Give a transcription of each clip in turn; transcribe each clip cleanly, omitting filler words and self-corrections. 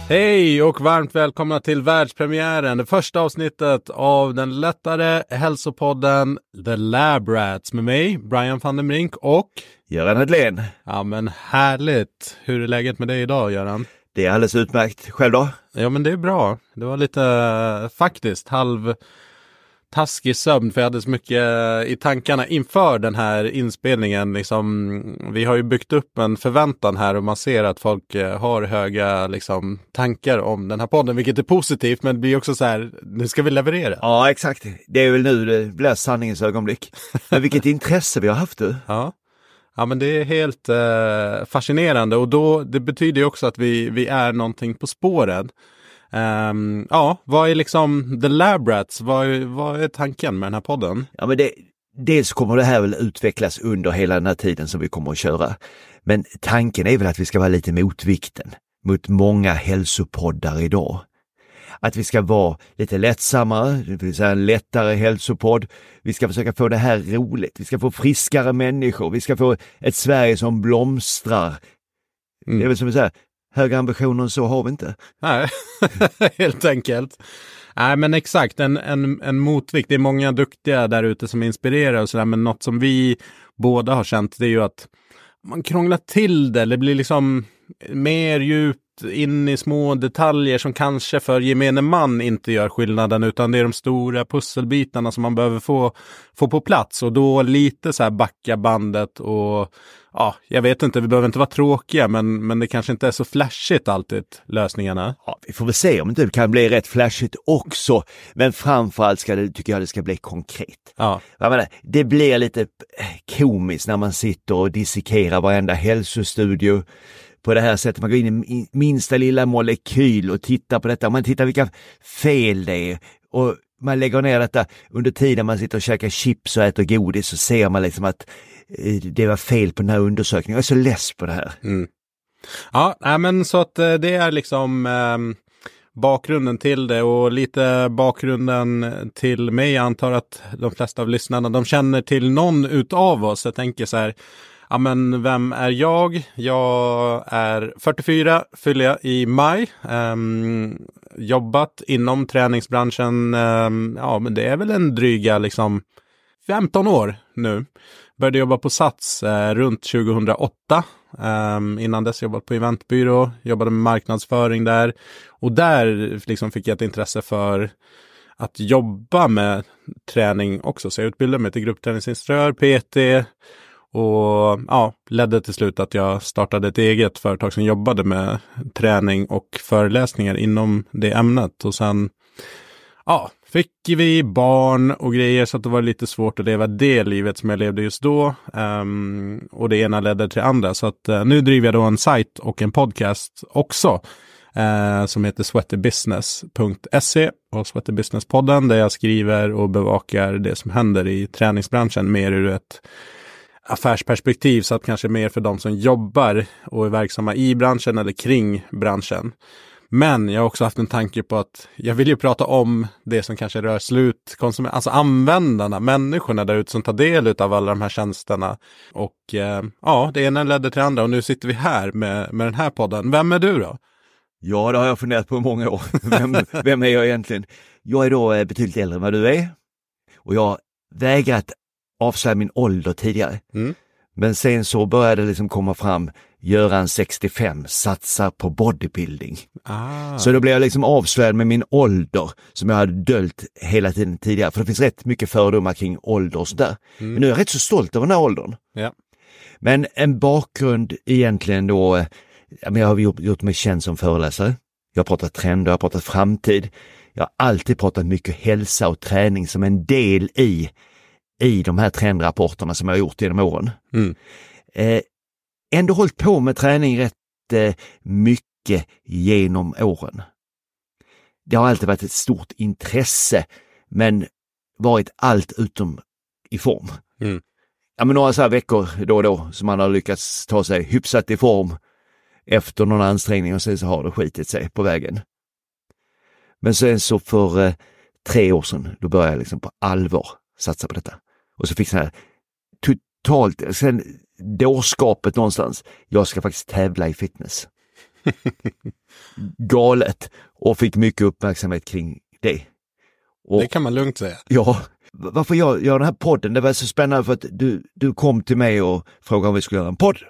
Hej och varmt välkomna till världspremiären, det första avsnittet av den lättare hälsopodden The Lab Rats med mig, Brian van den Brink och Göran Hedlén. Ja men härligt. Hur är läget med dig idag, Göran? Det är alldeles utmärkt. Själv då? Ja men det är bra. Det var lite faktiskt taskig sömn för jag hade så mycket i tankarna inför den här inspelningen. Vi har ju byggt upp en förväntan här och man ser att folk har höga tankar om den här podden, vilket är positivt, men det blir också så här, nu ska vi leverera. Ja, exakt. Det är väl nu det blir sanningens ögonblick. Men vilket intresse vi har haft du. Ja, men det är helt fascinerande och det betyder ju också att vi är någonting på spåren. Vad är The Lab Rats? Vad är tanken med den här podden? Ja, men dels kommer det här väl utvecklas under hela den här tiden som vi kommer att köra. Men tanken är väl att vi ska vara lite motvikten mot många hälsopoddar idag. Att vi ska vara lite lättsammare, det vill säga en lättare hälsopodd. Vi ska försöka få det här roligt. Vi ska få friskare människor. Vi ska få ett Sverige som blomstrar. Det är väl som att säga, höga ambitioner så har vi inte. Nej, helt enkelt. Nej, men exakt. En motvikt. Det är många duktiga där ute som inspirerar och sådär. Men något som vi båda har känt, det är ju att man krånglar till det. Det blir mer djupt in i små detaljer som kanske för gemene man inte gör skillnaden, utan det är de stora pusselbitarna som man behöver få på plats, och då lite så här backa bandet och jag vet inte, vi behöver inte vara tråkiga, men det kanske inte är så flashigt alltid, lösningarna. Ja, vi får väl se om det kan bli rätt flashigt också, men framförallt tycker jag det ska bli konkret. Ja. Jag menar, det blir lite komiskt när man sitter och dissekerar varenda hälsostudio på det här sättet. Man går in i minsta lilla molekyl och tittar på detta. Och man tittar vilka fel det är. Och man lägger ner detta under tiden man sitter och käkar chips och äter godis, så ser man att det var fel på den här undersökningen. Jag är så less på det här. Ja, men så att det är bakgrunden till det, och lite bakgrunden till mig. Jag antar att de flesta av lyssnarna, de känner till någon utav oss. Jag tänker så här, ja men vem är jag? Jag är 44, fyller jag i maj. Jobbat inom träningsbranschen, men det är väl en dryga 15 år nu. Började jobba på Sats runt 2008. Innan dess jobbat på eventbyrå, jobbade med marknadsföring där. Och där fick jag ett intresse för att jobba med träning också. Så jag utbildade mig till gruppträningsinstruktör, PT. Och ledde till slut att jag startade ett eget företag som jobbade med träning och föreläsningar inom det ämnet. Och sen fick vi barn och grejer, så att det var lite svårt att leva det livet som jag levde just då. Och det ena ledde till det andra. Så att nu driver jag då en sajt och en podcast också som heter sweatybusiness.se och Sweaty Business-podden, där jag skriver och bevakar det som händer i träningsbranschen mer ur ett affärsperspektiv, så att kanske mer för de som jobbar och är verksamma i branschen eller kring branschen. Men jag har också haft en tanke på att jag vill ju prata om det som kanske rör slutkonsument, alltså användarna, människorna där ute som tar del av alla de här tjänsterna. Och det ena ledde till det andra, och nu sitter vi här med den här podden. Vem är du då? Ja, det har jag funderat på i många år. Vem är jag egentligen? Jag är då betydligt äldre än vad du är. Och jag har vägrat avslöja min ålder tidigare. Men sen så började det komma fram, Göran 65, satsar på bodybuilding. Så då blev jag avslöjad med min ålder, som jag hade döljt hela tiden tidigare. För det finns rätt mycket fördomar kring ålder och sådär. Men nu är jag rätt så stolt över den här åldern. Ja. Men en bakgrund egentligen då, jag har gjort mig känd som föreläsare. Jag har pratat trender, jag har pratat framtid. Jag har alltid pratat mycket hälsa och träning som en del i de här trendrapporterna som jag har gjort genom åren. Ändå hållit på med träning rätt mycket genom åren. Det har alltid varit ett stort intresse, men varit allt utom i form. Ja, men några så här veckor då och då som man har lyckats ta sig hyfsat i form efter någon ansträngning, och sen så har det skitit sig på vägen. Men sen så för 3 år sedan, då började jag på allvar satsa på detta. Och så fick jag totalt, sen dårskapet någonstans, jag ska faktiskt tävla i fitness. galet och fick mycket uppmärksamhet kring det. Och, det kan man lugnt säga. Ja, varför jag gör den här podden, det var så spännande för att du kom till mig och frågade om vi skulle göra en podd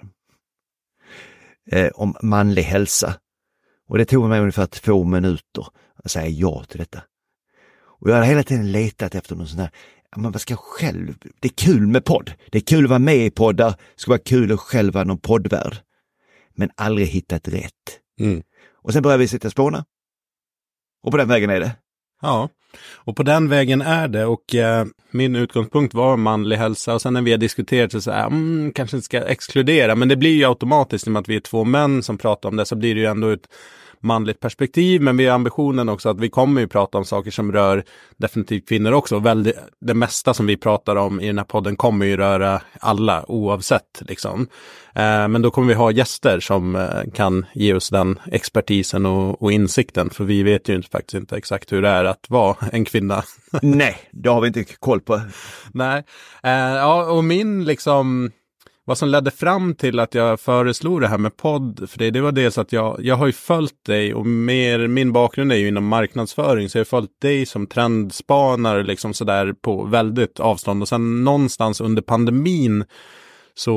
om manlig hälsa. Och det tog mig ungefär 2 minuter att säga ja till detta. Och jag har hela tiden letat efter någon sån här, man ska själv, det är kul med podd. Det är kul att vara med i poddar, det ska vara kul att själv vara någon poddvärd. Men aldrig hittat rätt. Mm. Och sen började vi sitta och spåna. Och på den vägen är det. Ja, och på den vägen är det. Och min utgångspunkt var manlig hälsa. Och sen när vi har diskuterat så här, kanske inte ska exkludera. Men det blir ju automatiskt, i och med att vi är 2 män som pratar om det, så blir det ju ändå ett manligt perspektiv, men vi har ambitionen också att vi kommer ju prata om saker som rör definitivt kvinnor också. Det mesta som vi pratar om i den här podden kommer ju röra alla oavsett liksom. Men då kommer vi ha gäster som kan ge oss den expertisen och insikten, för vi vet ju faktiskt inte exakt hur det är att vara en kvinna. Nej, det har vi inte koll på. Nej, ja, och min liksom... Vad som ledde fram till att jag föreslog det här med podd, för det var dels att jag har ju följt dig, och min bakgrund är ju inom marknadsföring, så jag har följt dig som trendspanare liksom sådär på väldigt avstånd. Och sen någonstans under pandemin, så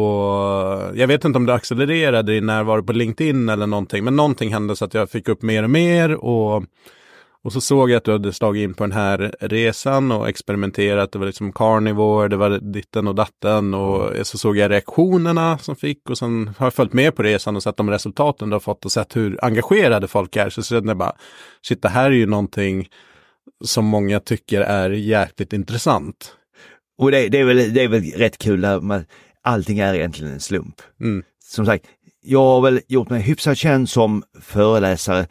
jag vet inte om det accelererade i närvaro på LinkedIn eller någonting, men någonting hände så att jag fick upp mer och mer, och så såg jag att du hade slagit in på den här resan och experimenterat. Det var liksom carnivore, det var ditten och datten, och så såg jag reaktionerna som fick, och sen har jag följt med på resan och sett de resultaten du har fått och sett hur engagerade folk är. Så kände jag bara, shit, det här är ju någonting som många tycker är jäkligt intressant. Och det är väl rätt kul där allting är egentligen en slump. Mm. Som sagt, jag har väl gjort mig hyfsat känd som föreläsare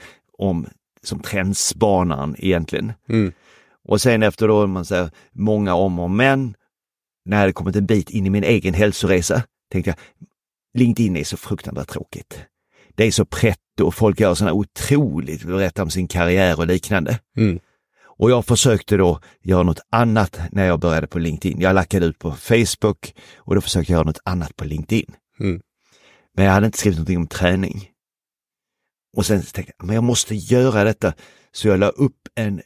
som trendspanaren egentligen. Mm. Och sen efter då, man säger många om och men, när jag hade kommit en bit in i min egen hälsoresa, tänkte jag, LinkedIn är så fruktansvärt tråkigt. Det är så pretto och folk gör sådana otroligt, berättar om sin karriär och liknande. Mm. Och jag försökte då göra något annat när jag började på LinkedIn. Jag lackade ut på Facebook och då försökte jag göra något annat på LinkedIn. Mm. Men jag hade inte skrivit någonting om träning. Och sen tänkte jag, men jag måste göra detta. Så jag la upp en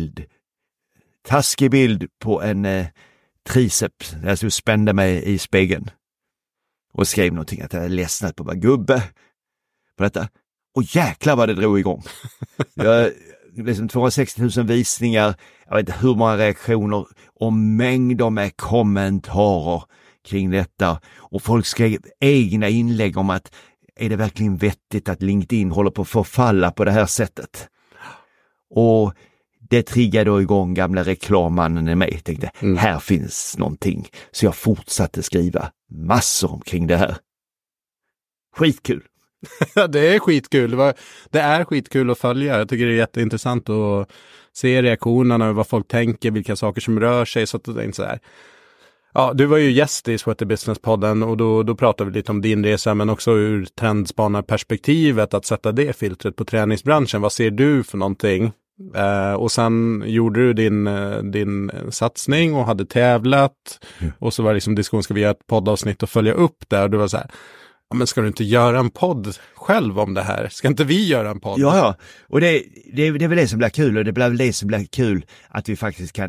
taskig bild på en triceps. Där jag stod och spände mig i spegeln. Och skrev någonting att jag hade ledsnat på att vara gubbe på detta. Och jäklar vad det drog igång. Jag liksom 260 000 visningar, jag vet inte hur många reaktioner och mängder med kommentarer kring detta. Och folk skrev egna inlägg om att är det verkligen vettigt att LinkedIn håller på att förfalla på det här sättet? Och det triggade då igång gamla reklammannen i mig. Tänkte, här finns någonting. Så jag fortsatte skriva massor omkring det här. Skitkul! Det är skitkul. Det är skitkul att följa. Jag tycker det är jätteintressant att se reaktionerna och vad folk tänker, vilka saker som rör sig. Så att det är inte så här. Ja, du var ju gäst i Sweaty Business-podden, och då pratade vi lite om din resa, men också ur trendspanarperspektivet, att sätta det filtret på träningsbranschen. Vad ser du för någonting? Och sen gjorde du din satsning och hade tävlat, och så var det liksom diskussion, ska vi göra ett poddavsnitt och följa upp det? Och du var så här, ja, men ska du inte göra en podd själv om det här? Ska inte vi göra en podd? Ja, och det är väl det som blir kul, och det blir väl det som blir kul att vi faktiskt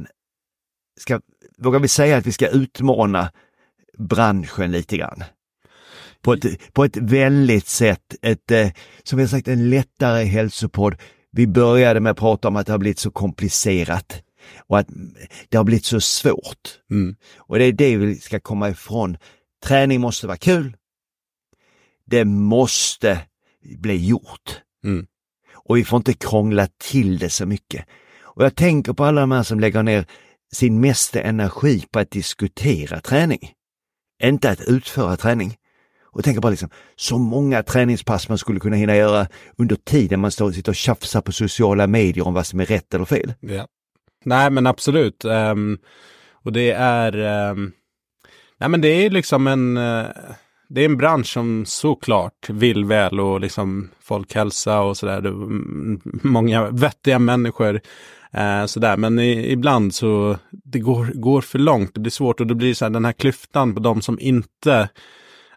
vågar vi säga att vi ska utmana branschen lite grann. På ett vänligt sätt, som vi har sagt, en lättare hälsopodd. Vi började med att prata om att det har blivit så komplicerat och att det har blivit så svårt. Och det är det vi ska komma ifrån. Träning måste vara kul. Det måste bli gjort. Och vi får inte krångla till det så mycket. Och jag tänker på alla de här som lägger ner sin mesta energi på att diskutera träning. Inte att utföra träning. Och tänker bara liksom, så många träningspass man skulle kunna hinna göra under tiden man sitter och tjafsar på sociala medier om vad som är rätt eller fel. Ja. Nej, men absolut. Och det är... nej, men det är liksom det är en bransch som såklart vill väl, och liksom folkhälsa och sådär. Många vettiga människor sådär, men ibland så det går för långt, det blir svårt, och det blir så här, den här klyftan på de som inte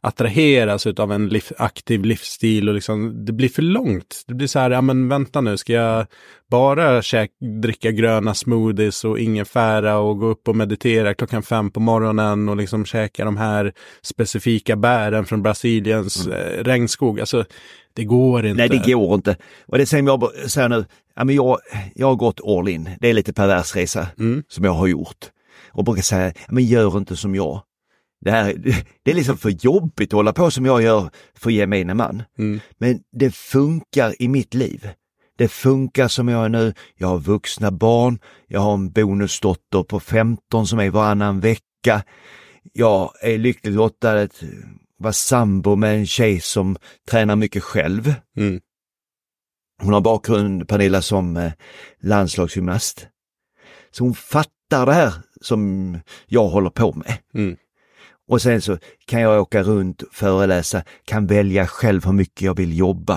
attraheras av en aktiv livsstil och liksom, det blir för långt. Det blir så här, ja men vänta nu, ska jag bara dricka gröna smoothies och ingefära och gå upp och meditera 5:00 på morgonen och liksom käka de här specifika bären från Brasiliens regnskog. Alltså, det går inte. Nej, det går inte. Och det som jag säger nu, ja, men jag har gått all in. Det är lite pervers resa som jag har gjort. Och brukar säga, ja, men gör inte som jag. Det är liksom för jobbigt att hålla på som jag gör för gemene man. Men det funkar i mitt liv. Det funkar som jag är nu. Jag har vuxna barn. Jag har en bonusdotter på 15 som är varannan vecka. Jag är lyckligt lottad att vara sambo med en tjej som tränar mycket själv. Hon har bakgrund, Pernilla, som landslagsgymnast. Så hon fattar det här som jag håller på med. Och sen så kan jag åka runt, föreläsa, kan välja själv hur mycket jag vill jobba.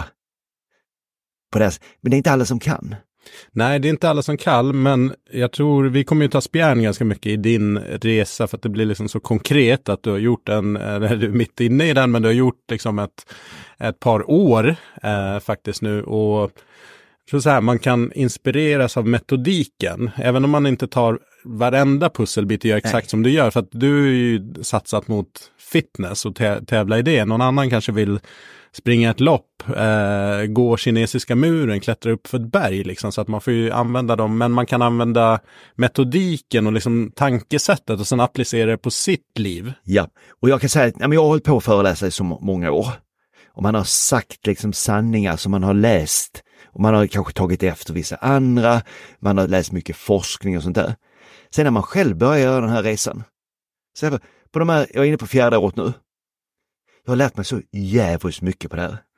På det. Men det är inte alla som kan. Nej, det är inte alla som kan, men jag tror vi kommer ju ta spjärn ganska mycket i din resa för att det blir liksom så konkret att du har gjort eller du är mitt inne i den, men du har gjort liksom ett par år faktiskt nu, och så här, man kan inspireras av metodiken, även om man inte tar varenda pusselbit och gör exakt som du gör, för att du är ju satsat mot fitness och tävla i det. Någon annan kanske vill springa ett lopp, gå kinesiska muren, klättra upp för ett berg liksom, så att man får ju använda dem, men man kan använda metodiken och liksom tankesättet och sen applicera det på sitt liv. Ja, och jag kan säga att jag har hållit på att föreläsa i så många år, och man har sagt liksom sanningar som man har läst, och man har kanske tagit efter vissa andra, man har läst mycket forskning och sånt där. Sen när man själv börjar göra den här resan, så på de här, jag är inne på 4:e året nu, jag har lärt mig så jävligt mycket på det här.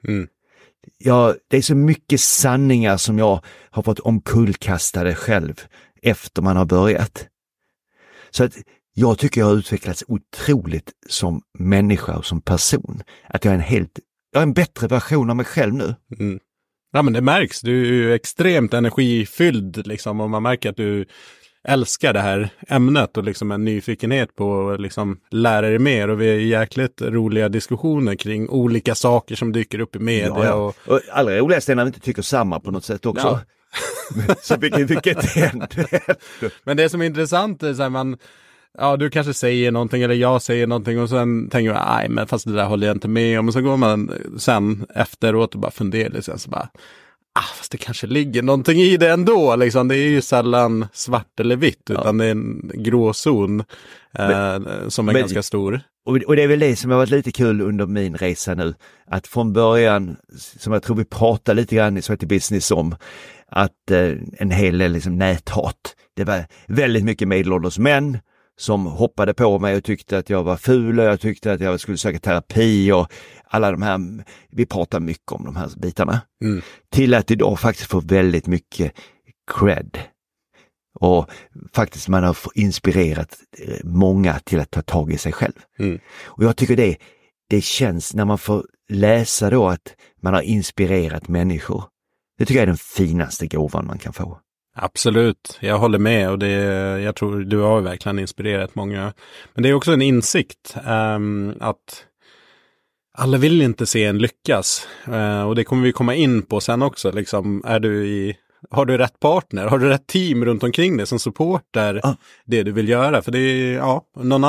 Det är så mycket sanningar som jag har fått omkullkastade själv efter man har börjat. Så att jag tycker jag har utvecklats otroligt som människa och som person. Att jag är en bättre version av mig själv nu. Ja, men det märks. Du är ju extremt energifylld liksom, och man märker att du älskar det här ämnet och liksom en nyfikenhet på att liksom lära dig mer, och vi har jäkligt roliga diskussioner kring olika saker som dyker upp i media. Ja. Och allra roligast är när vi inte tycker samma på något sätt också. Ja. Så vilket händer. Men det som är intressant är så här, du kanske säger någonting eller jag säger någonting och sen tänker jag, nej men fast det där håller jag inte med om, och så går man sen efteråt och bara funderar liksom, så bara, fast det kanske ligger någonting i det ändå liksom. Det är ju sällan svart eller vitt, utan det är en gråzon som är ganska stor. Och det är väl det som har varit lite kul under min resa nu, att från början, som jag tror vi pratar lite grann i Sweaty Business om, att en hel del liksom näthat. Det var väldigt mycket medelålders män som hoppade på mig och tyckte att jag var ful, och jag tyckte att jag skulle söka terapi och alla de här, vi pratar mycket om de här bitarna. Till att idag faktiskt får väldigt mycket cred. Och faktiskt man har inspirerat många till att ta tag i sig själv. Och jag tycker det känns när man får läsa då att man har inspirerat människor. Det tycker jag är den finaste gåvan man kan få. Absolut, jag håller med, och jag tror du har verkligen inspirerat många. Men det är också en insikt att alla vill inte se en lyckas, och det kommer vi komma in på sen också. Liksom, har du rätt partner? Har du rätt team runt omkring dig som supportar det du vill göra? För det är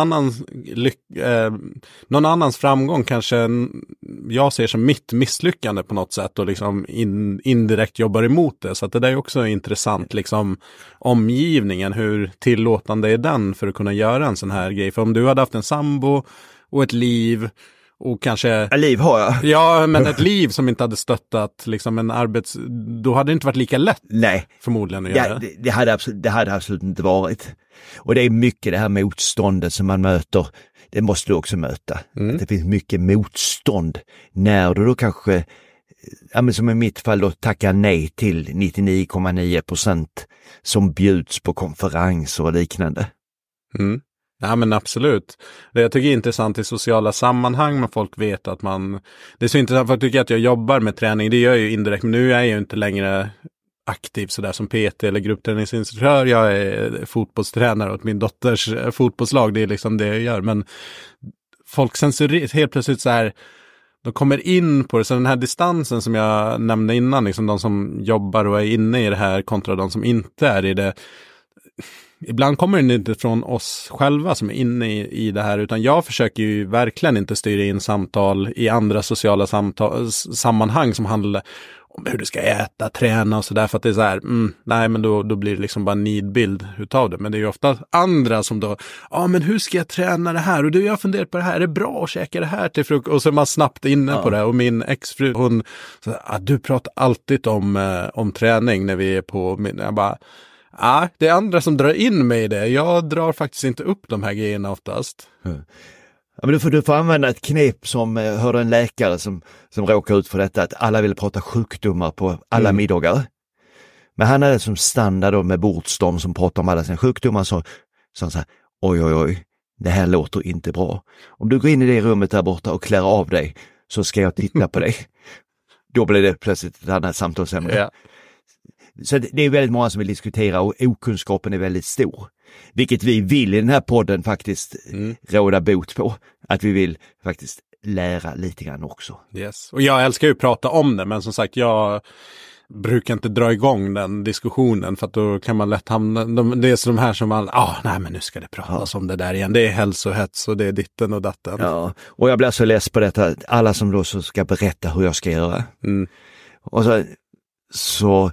någon annans framgång kanske jag ser som mitt misslyckande på något sätt, och liksom indirekt jobbar emot det. Så att det där är också intressant, liksom omgivningen, hur tillåtande är den för att kunna göra en sån här grej? För om du hade haft en sambo och ett liv, och kanske... Ett liv har jag. Ja, men ett liv som inte hade stöttat liksom då hade det inte varit lika lätt. Nej. Förmodligen att göra. Det hade absolut inte varit. Och det är mycket det här motståndet som man möter. Det måste du också möta. Att det finns mycket motstånd när du då kanske, som i mitt fall då, tackar nej till 99,9% som bjuds på konferenser och liknande. Ja, men absolut. Det jag tycker är intressant i sociala sammanhang, men folk vet att det är så intressant, för jag tycker att jag jobbar med träning, det gör jag ju indirekt, men nu är jag ju inte längre aktiv sådär som PT eller gruppträningsinstruktör. Jag är fotbollstränare åt min dotters fotbollslag, det är liksom det jag gör. Men folk censurerar helt plötsligt så här, de kommer in på det, så den här distansen som jag nämnde innan, liksom de som jobbar och är inne i det här kontra de som inte är i det. Ibland kommer den inte från oss själva som är inne i det här, utan jag försöker ju verkligen inte styra in samtal i andra sociala sammanhang som handlar om hur du ska äta, träna och sådär, för att det är så här, nej men då blir det liksom bara en nidbild utav det. Men det är ju ofta andra som då, men hur ska jag träna det här? Och du, jag funderar på det här, är det bra att käka det här till frukost? Och så är man snabbt inne på det. Och min exfru, hon så, du pratar alltid om träning när vi är på, jag bara, det är andra som drar in mig i det. Jag drar faktiskt inte upp de här grejerna oftast. Ja, men du får använda ett knep som hörde en läkare som råkar ut för detta, att alla vill prata sjukdomar på alla middagar. Men han hade som standard då med bordsdom som pratar om alla sina sjukdomar, så han sa, oj, det här låter inte bra. Om du går in i det rummet där borta och klär av dig, så ska jag titta på dig. Då blir det plötsligt ett annat samtalsämne. Ja. Så det är väldigt många som vill diskutera, och okunskapen är väldigt stor. Vilket vi vill i den här podden faktiskt råda bot på. Att vi vill faktiskt lära lite grann också. Yes. Och jag älskar ju att prata om det, men som sagt, jag brukar inte dra igång den diskussionen, för att då kan man lätt hamna, det är så de här som man, nej men nu ska det pratas om det där igen. Det är hälsohets och det är ditten och datten. Ja, och jag blir så less på detta, alla som då så ska berätta hur jag ska göra. Och så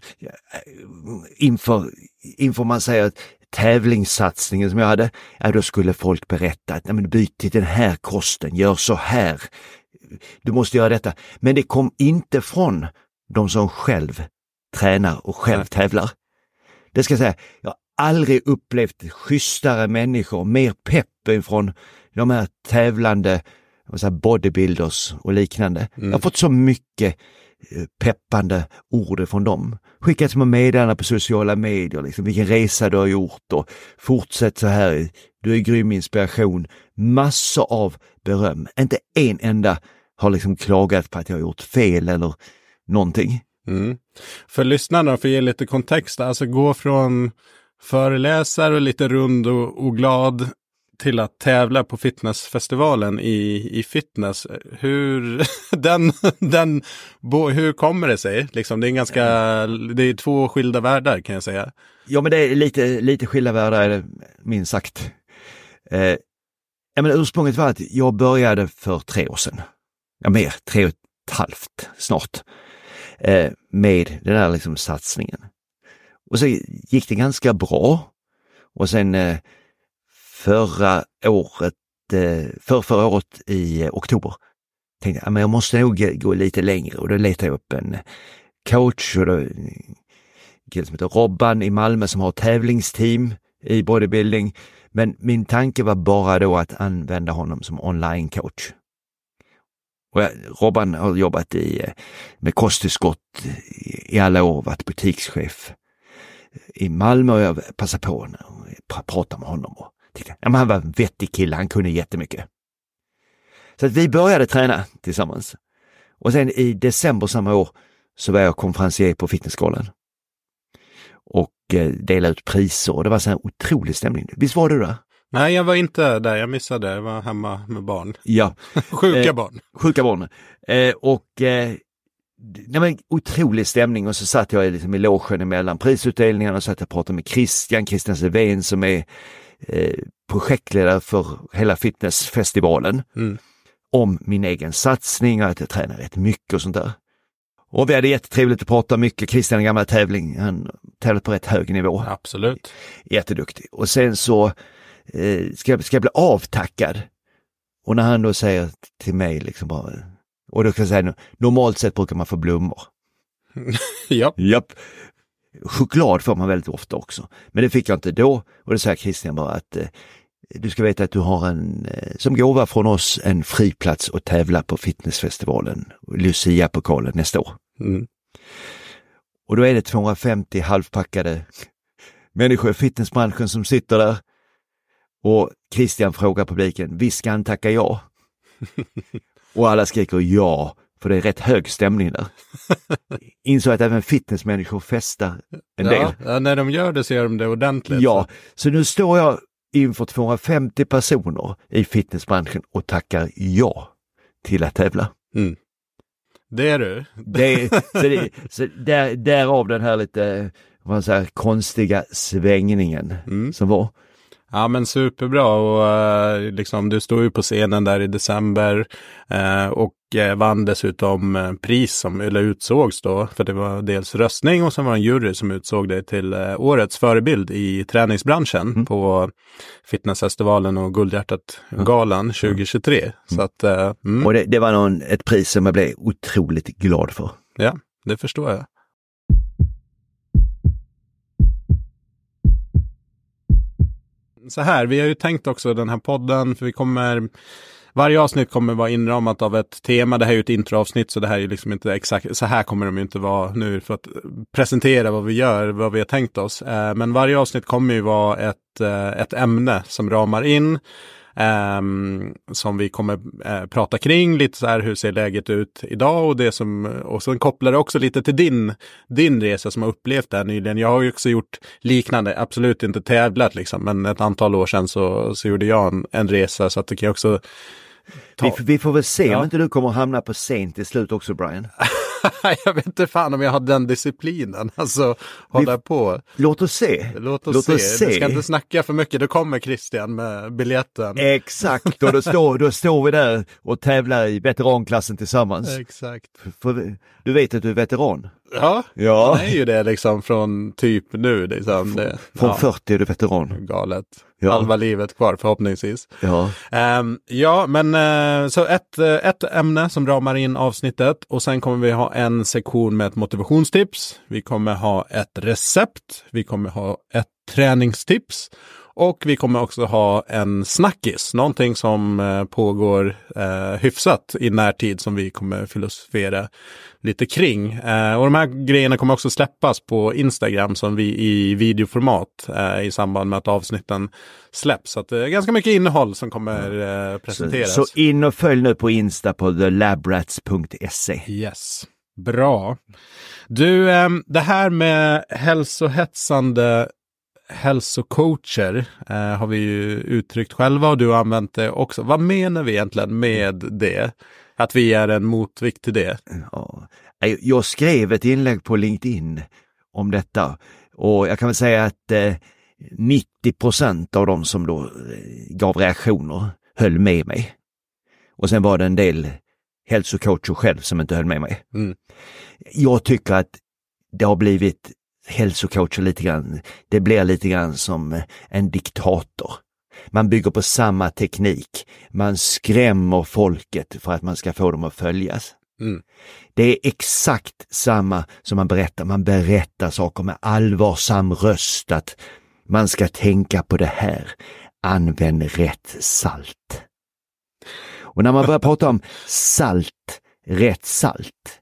inför man säger att tävlingssatsningen som jag hade, då skulle folk berätta att byt till den här kosten, gör så här, du måste göra detta. Men det kom inte från de som själv tränar och själv tävlar. Det ska jag säga, jag har aldrig upplevt schysstare människor, mer pepp från de här tävlande bodybuilders och liknande. Jag har fått så mycket peppande ord från dem. Skickat små meddelanden på sociala medier, liksom, vilken resa du har gjort, och fortsätt så här, du är grym inspiration. Massor av beröm. Inte en enda har liksom klagat på att jag har gjort fel eller någonting. För lyssnarna, för att ge lite kontext, alltså gå från föreläsare och lite rund och glad till att tävla på fitnessfestivalen i fitness. Hur kommer det sig? Liksom, det är två skilda världar, kan jag säga. Ja, men det är lite skilda världar, är det minst sagt. Men ursprunget var att jag började för 3 år sedan. Ja, mer, 3,5 snart. Med den här liksom satsningen. Och så gick det ganska bra. Och sen förra året i oktober tänkte jag, men jag måste nog gå lite längre, och då letade jag upp en coach, och då en kille som heter Robban i Malmö som har tävlingsteam i bodybuilding, men min tanke var bara då att använda honom som online coach. Och Robban har jobbat med kosttillskott i alla år, varit butikschef i Malmö, och jag passade på att prata med honom och han var en vettig kille, han kunde jättemycket. Så att vi började träna tillsammans. Och sen i december samma år så var jag konferencier på Fitnessgalan. Och delade ut priser, och det var så här otrolig stämning. Visst var du där? Nej, jag var inte där, jag missade. Jag var hemma med barn. Ja. Sjuka barn. Sjuka barn. Det var en otrolig stämning, och så satt jag liksom i logen emellan prisutdelningarna och satt och pratade med Christian Seven som är projektledare för hela fitnessfestivalen om min egen satsning och att jag tränar rätt mycket och sånt där. Och vi hade jättetrevligt att prata mycket. Christian, en gammal tävling, han tävlat på rätt hög nivå. Absolut. Jätteduktig. Och sen så ska jag bli avtackad. Och när han då säger till mig liksom bara, och då kan jag säga, normalt sett brukar man få blommor. Japp. Choklad får man väldigt ofta också. Men det fick jag inte då. Och det säger Christian bara att du ska veta att du har som gåva från oss en friplats att tävla på fitnessfestivalen, Lucia-pokalen nästa år. Och då är det 250 halvpackade människor i fitnessbranschen som sitter där. Och Christian frågar publiken, visst ska han tacka ja? Och alla skriker ja, för det är rätt hög stämning där. Insåg att även fitnessmänniskor festar en del. Ja, när de gör det så gör de det ordentligt. Ja, så nu står jag inför 250 personer i fitnessbranschen och tackar ja till att tävla. Mm. Det är du. Därav den här lite vad man säger, konstiga svängningen som var. Ja, men superbra, och liksom du stod ju på scenen där i december och vann dessutom pris eller utsågs då, för det var dels röstning och sen var en jury som utsåg dig till årets förebild i träningsbranschen på Fitnessfestivalen och Guldhjärtat-galan 2023. Så att, Och det var ett pris som jag blev otroligt glad för. Ja, det förstår jag. Så här, vi har ju tänkt också den här podden, för varje avsnitt kommer vara inramat av ett tema. Det här är ju ett introavsnitt, så det här är ju liksom inte exakt, så här kommer de ju inte vara nu för att presentera vad vi gör, vad vi har tänkt oss. Men varje avsnitt kommer ju vara ett ämne som ramar in, som vi kommer prata kring, lite så här, hur ser läget ut idag, och sen kopplar det också lite till din resa som har upplevt det här nyligen. Jag har ju också gjort liknande, absolut inte tävlat liksom, men ett antal år sedan så gjorde jag en resa, så att det kan också vi får väl se om inte du kommer hamna på scen till slut också, Brian. Jag vet inte fan om jag har den disciplinen. Alltså, hålla på. Låt oss se. Låt oss se. Du ska inte snacka för mycket. Då kommer Christian med biljetten. Exakt, och då står vi där och tävlar i veteranklassen tillsammans. Exakt. För du vet att du är veteran. Ja, han är ju det liksom från typ nu. Liksom. Från 40 är du veteran. Galet. Ja. Halva livet kvar förhoppningsvis. Ja, Men så ett ämne som ramar in avsnittet, och sen kommer vi ha en sektion med ett motivationstips. Vi kommer ha ett recept. Vi kommer ha ett träningstips. Och vi kommer också ha en snackis, någonting som pågår hyfsat i närtid som vi kommer filosofera lite kring. Och de här grejerna kommer också släppas på Instagram som vi i videoformat i samband med att avsnitten släpps. Så att det är ganska mycket innehåll som kommer presenteras. Så in och följ nu på Insta på thelabrats.se. Yes, bra. Du, det här med hälsohetsande hälsocoacher har vi ju uttryckt själva, och du har använt det också. Vad menar vi egentligen med det? Att vi är en motvikt till det? Ja. Jag skrev ett inlägg på LinkedIn om detta, och jag kan väl säga att 90% av de som då gav reaktioner höll med mig. Och sen var det en del hälsocoacher själv som inte höll med mig. Jag tycker att det har blivit hälsocoacher lite grann, det blir lite grann som en diktator. Man bygger på samma teknik. Man skrämmer folket för att man ska få dem att följas. Det är exakt samma som man berättar. Man berättar saker med allvarsam röst, att man ska tänka på det här. Använd rätt salt. Och när man börjar prata om rätt salt,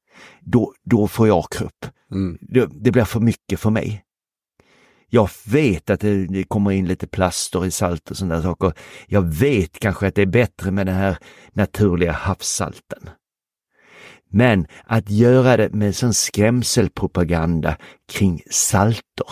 då får jag krupp. Det blir för mycket för mig. Jag vet att det kommer in lite plaster i salt och sådana saker. Jag vet kanske att det är bättre med den här naturliga havssalten. Men att göra det med sån skrämselpropaganda kring salter,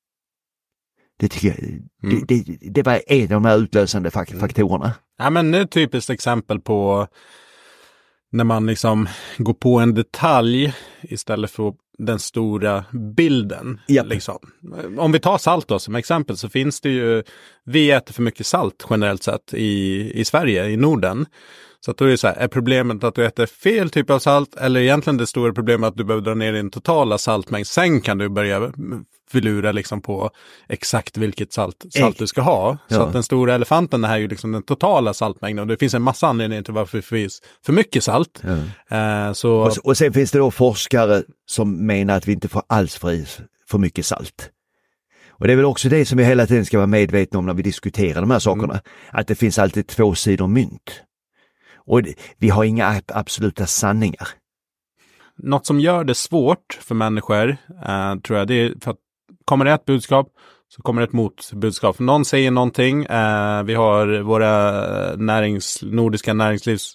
det tycker jag, det var en av de här utlösande faktorerna. Ja, men nu är ett typiskt exempel på när man liksom går på en detalj istället för den stora bilden. Yep. Liksom. Om vi tar salt då som exempel, så finns det ju, vi äter för mycket salt generellt sett i Sverige, i Norden. Så att då är det så här, är problemet att du äter fel typ av salt, eller egentligen det stora problemet att du behöver dra ner din totala saltmängd. Sen kan du börja förlura liksom på exakt vilket salt du ska ha. Så att den stora elefanten är ju liksom den totala saltmängden. Och det finns en massa anledningar till varför det finns för mycket salt. Och sen finns det då forskare som menar att vi inte får alls för mycket salt. Och det är väl också det som vi hela tiden ska vara medvetna om när vi diskuterar de här sakerna. Att det finns alltid två sidor mynt. Och vi har inga absoluta sanningar. Något som gör det svårt för människor tror jag, det är för att kommer det ett budskap så kommer det ett motbudskap. Någon säger någonting. Vi har våra nordiska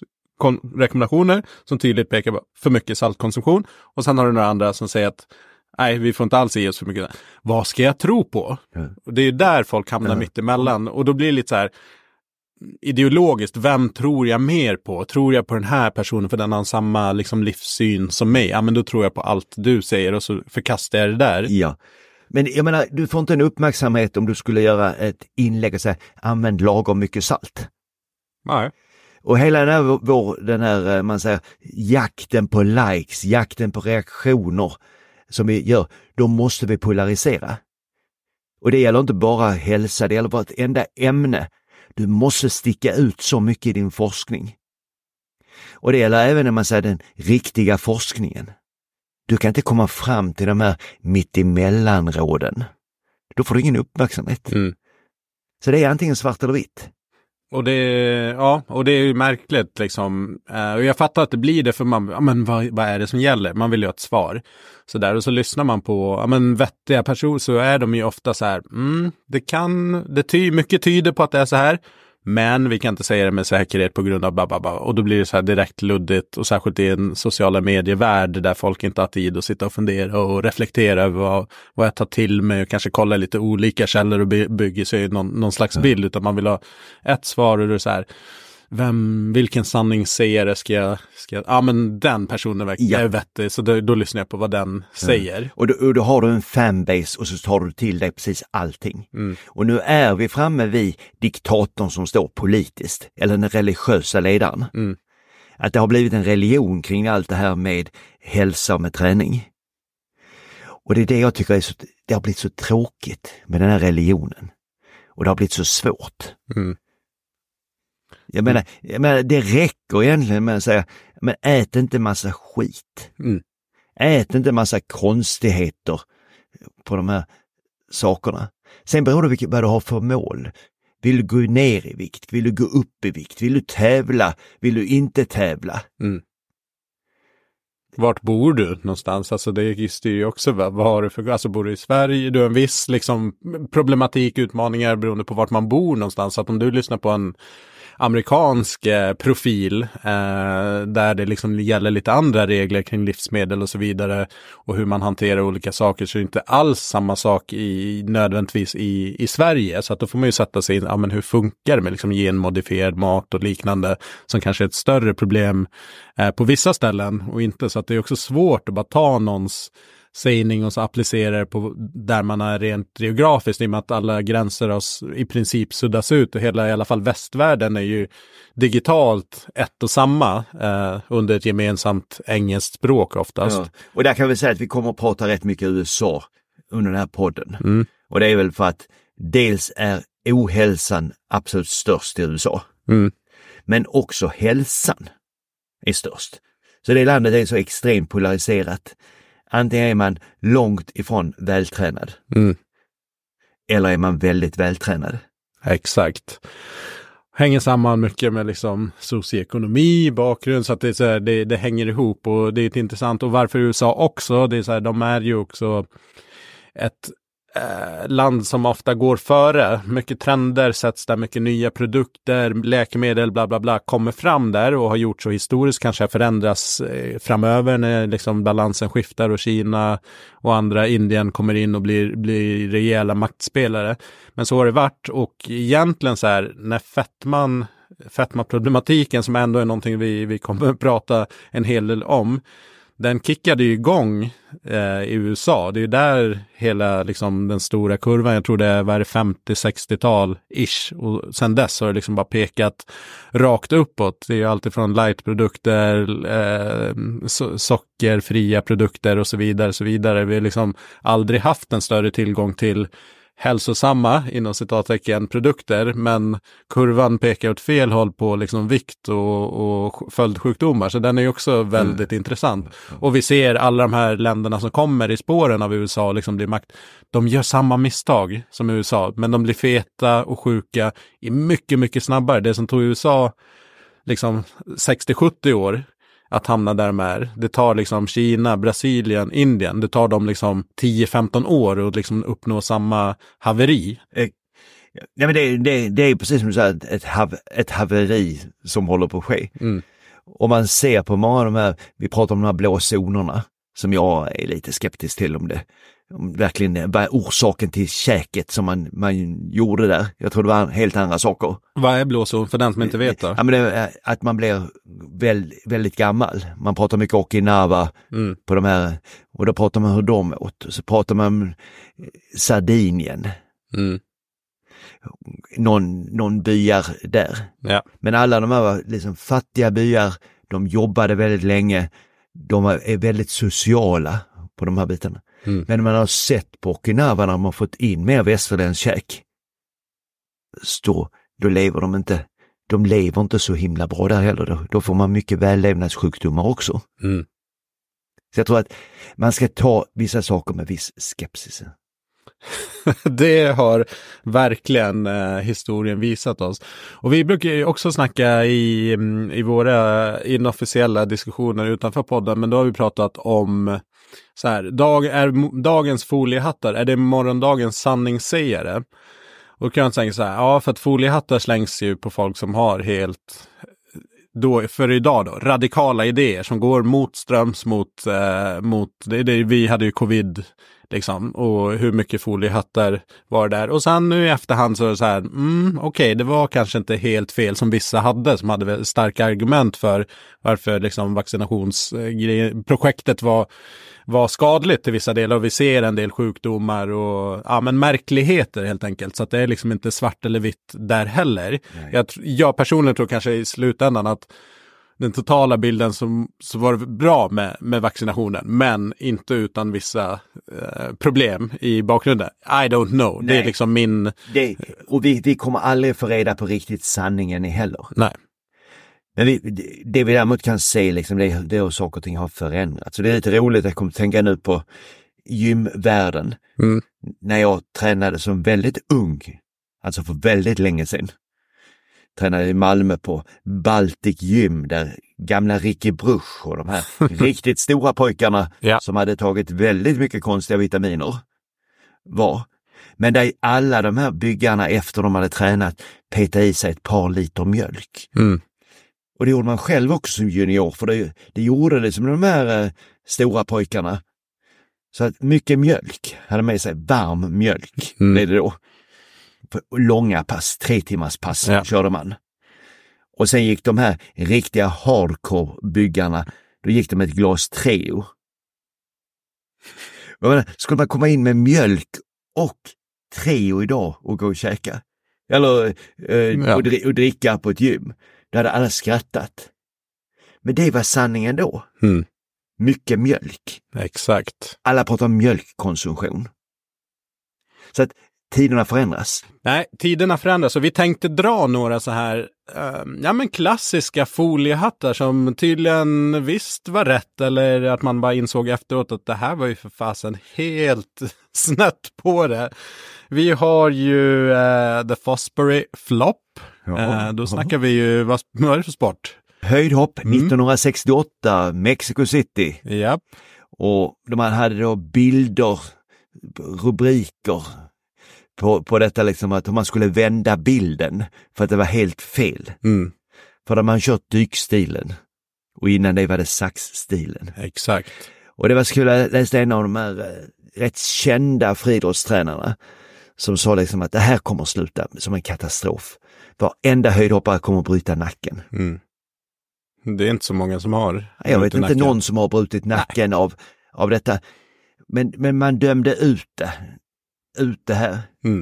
näringslivsrekommendationer som tydligt pekar på för mycket saltkonsumtion. Och sen har du några andra som säger att Nej, vi får inte alls ge oss för mycket. Vad ska jag tro på? Och det är ju där folk hamnar mitt emellan. Och då blir det lite så här ideologiskt, vem tror jag mer på? Tror jag på den här personen för den har samma liksom livssyn som mig? Ja, men då tror jag på allt du säger och så förkastar jag det där. Ja. Men jag menar, du får inte en uppmärksamhet om du skulle göra ett inlägg och säga använd lagom mycket salt. Nej. Och hela den här man säger, jakten på likes, jakten på reaktioner som vi gör, då måste vi polarisera. Och det gäller inte bara hälsa, det gäller bara ett enda ämne. Du måste sticka ut så mycket i din forskning. Och det gäller även när man säger den riktiga forskningen. Du kan inte komma fram till de här mittemellanråden. Då får du ingen uppmärksamhet. Så det är antingen svart eller vitt. Och det är ju märkligt liksom. Och jag fattar att det blir det för men vad är det som gäller? Man vill ju ha ett svar. Så där, och så lyssnar man på vettiga personer, så är de ju ofta så här, mycket tyder på att det är så här. Men vi kan inte säga det med säkerhet på grund av bla. Och då blir det så här direkt luddigt, och särskilt i en sociala medievärld där folk inte har tid att sitta och fundera och reflektera över vad jag tar till mig och kanske kolla lite olika källor och bygger sig någon slags bild, utan man vill ha ett svar, och det är så här, vilken sanning säger det ska jag men den personen är vettig, så då lyssnar jag på vad den säger. Och då har du en fanbase och så tar du till dig precis allting. Och nu är vi framme vid diktatorn som står politiskt, eller den religiösa ledaren. Att det har blivit en religion kring allt det här med hälsa och med träning. Och det är det jag tycker det har blivit så tråkigt med den här religionen. Och det har blivit så svårt. Jag menar, det räcker egentligen med att säga, men ät inte massa skit. Ät inte massa konstigheter på de här sakerna. Sen beror det på vad du har för mål. Vill du gå ner i vikt? Vill du gå upp i vikt? Vill du tävla? Vill du inte tävla? Vart bor du någonstans? Alltså det styr ju också vad har du för, alltså bor du i Sverige, du har en viss liksom problematik, utmaningar beroende på vart man bor någonstans. Så att om du lyssnar på en amerikansk profil där det liksom gäller lite andra regler kring livsmedel och så vidare och hur man hanterar olika saker, så är det inte alls samma sak nödvändigtvis i Sverige. Så att då får man ju sätta sig in, men hur funkar det med liksom genmodifierad mat och liknande, som kanske är ett större problem på vissa ställen och inte. Så att det är också svårt att bara ta någons sägning och så applicera det på där man är rent geografiskt, i och med att alla gränser i princip suddas ut, och i alla fall västvärlden är ju digitalt ett och samma under ett gemensamt engelskt språk oftast. Ja. Och där kan vi säga att vi kommer att prata rätt mycket USA under den här podden. Och det är väl för att dels är ohälsan absolut störst i USA, men också hälsan är störst. Så det landet är så extremt polariserat. Antingen är man långt ifrån vältränad. Eller är man väldigt vältränad. Exakt. Hänger samman mycket med liksom socioekonomi, bakgrund, så att det är så här, det hänger ihop, och det är intressant. Och varför USA också, det är så här, de är ju också ett land som ofta går före. Mycket trender sätts där, mycket nya produkter, läkemedel, bla bla bla, kommer fram där och har gjort så historiskt, kanske förändras framöver när liksom balansen skiftar och Kina och andra, Indien kommer in och blir rejäla maktspelare. Men så har det varit, och egentligen så här, när fetmaproblematiken, som ändå är någonting vi kommer att prata en hel del om, den kickade ju igång i USA. Det är ju där hela liksom, den stora kurvan, jag tror det är 50-60-tal-ish. Och sen dess har det liksom bara pekat rakt uppåt. Det är ju alltid från lightprodukter, sockerfria produkter och så vidare. Så vidare. Vi har liksom aldrig haft en större tillgång till hälsosamma, inom citattecken, produkter, men kurvan pekar åt fel håll på liksom vikt och följdsjukdomar, så den är ju också väldigt intressant. Och vi ser alla de här länderna som kommer i spåren av USA liksom blir makt, de gör samma misstag som USA, men de blir feta och sjuka i mycket, mycket snabbare. Det som tog USA liksom 60-70 år att hamna där de är. Det tar liksom Kina, Brasilien, Indien. Det tar dem liksom 10-15 år att liksom uppnå samma haveri. Ja, men det är precis som du säger, ett haveri som håller på att ske. Om man ser på många av de här, vi pratar om de här blå zonerna. som jag är lite skeptisk till om verkligen var orsaken till käket som man gjorde där. Jag tror det var helt andra saker. Vad är blåsorm för den som inte vet då? Ja, men det är att man blir väldigt gammal. Man pratar mycket Okinawa på de här, och då pratar man hur de åt. Så pratar man om Sardinien. Någon byar där. Ja. Men alla de här var liksom fattiga byar. De jobbade väldigt länge. De är väldigt sociala på de här bitarna. Men man har sett på Okinawa när man har fått in mer västerländsk käk. Då lever de inte. De lever inte så himla bra där heller. Då får man mycket vällevnadssjukdomar också. Så jag tror att man ska ta vissa saker med viss skepsis. Det har verkligen historien visat oss. Och vi brukar ju också snacka i våra inofficiella diskussioner utanför podden, men då har vi pratat om så här, dagens foliehattar, är det morgondagens sanningssägare? Och då kan jag tänka så här, ja, för att foliehattar slängs ju på folk som har helt, då, för idag då, radikala idéer som går mot ströms, mot vi hade ju covid liksom, och hur mycket foliehattar var där. Och sen nu i efterhand så är det så här, okej, det var kanske inte helt fel som vissa hade, som hade starka argument för varför liksom vaccinationsprojektet var skadligt till vissa delar, och vi ser en del sjukdomar och men märkligheter helt enkelt, så att det är liksom inte svart eller vitt där heller. Jag personligen tror kanske i slutändan att den totala bilden så var det bra med vaccinationen, men inte utan vissa problem i bakgrunden. I don't know. Nej. Det är liksom min... Och vi kommer aldrig få reda på riktigt sanningen heller. Nej. Men det vi däremot kan se liksom, det är att saker och ting har förändrats. Så det är lite roligt, jag kommer att tänka nu på gymvärlden. När jag tränade som väldigt ung, alltså för väldigt länge sedan. Tränade i Malmö på Baltic Gym, där gamla Ricky Bruch och de här riktigt stora pojkarna som hade tagit väldigt mycket konstiga vitaminer var. Men där alla de här byggarna efter de hade tränat petade i sig ett par liter mjölk. Och det gjorde man själv också som junior, för det gjorde det som de här stora pojkarna. Så att mycket mjölk, hade med sig varm mjölk, blev det då. Långa pass, 3 timmars pass körde man. Och sen gick de här riktiga hardcore-byggarna, då gick de med ett glas Treo. Skulle man komma in med mjölk och Treo idag och gå och käka? Eller och dricka på ett gym? Då hade alla skrattat. Men det var sanningen då. Mycket mjölk. Exakt. Alla pratar om mjölkkonsumtion. Så att tiderna förändras. Nej, tiderna förändras, och vi tänkte dra några så här klassiska foliehattar som tydligen visst var rätt, eller att man bara insåg efteråt att det här var ju för fasen helt snett på det. Vi har ju The Fosbury Flop. Då snackar vi ju, vad är det för sport? Höjdhopp 1968, Mexico City. Japp. Och de hade då bilder, rubriker på detta, liksom att man skulle vända bilden för att det var helt fel. För att man kört dykstilen, och innan det var det saxstilen. Exakt. Och det var så kul, jag läste en av de här rätt kända friidrottstränarna som sa liksom att det här kommer att sluta som en katastrof. Varenda höjdhoppare kommer att bryta nacken. Det är inte så många som har. Jag vet inte någon som har brutit nacken av detta. Men man dömde ut det här.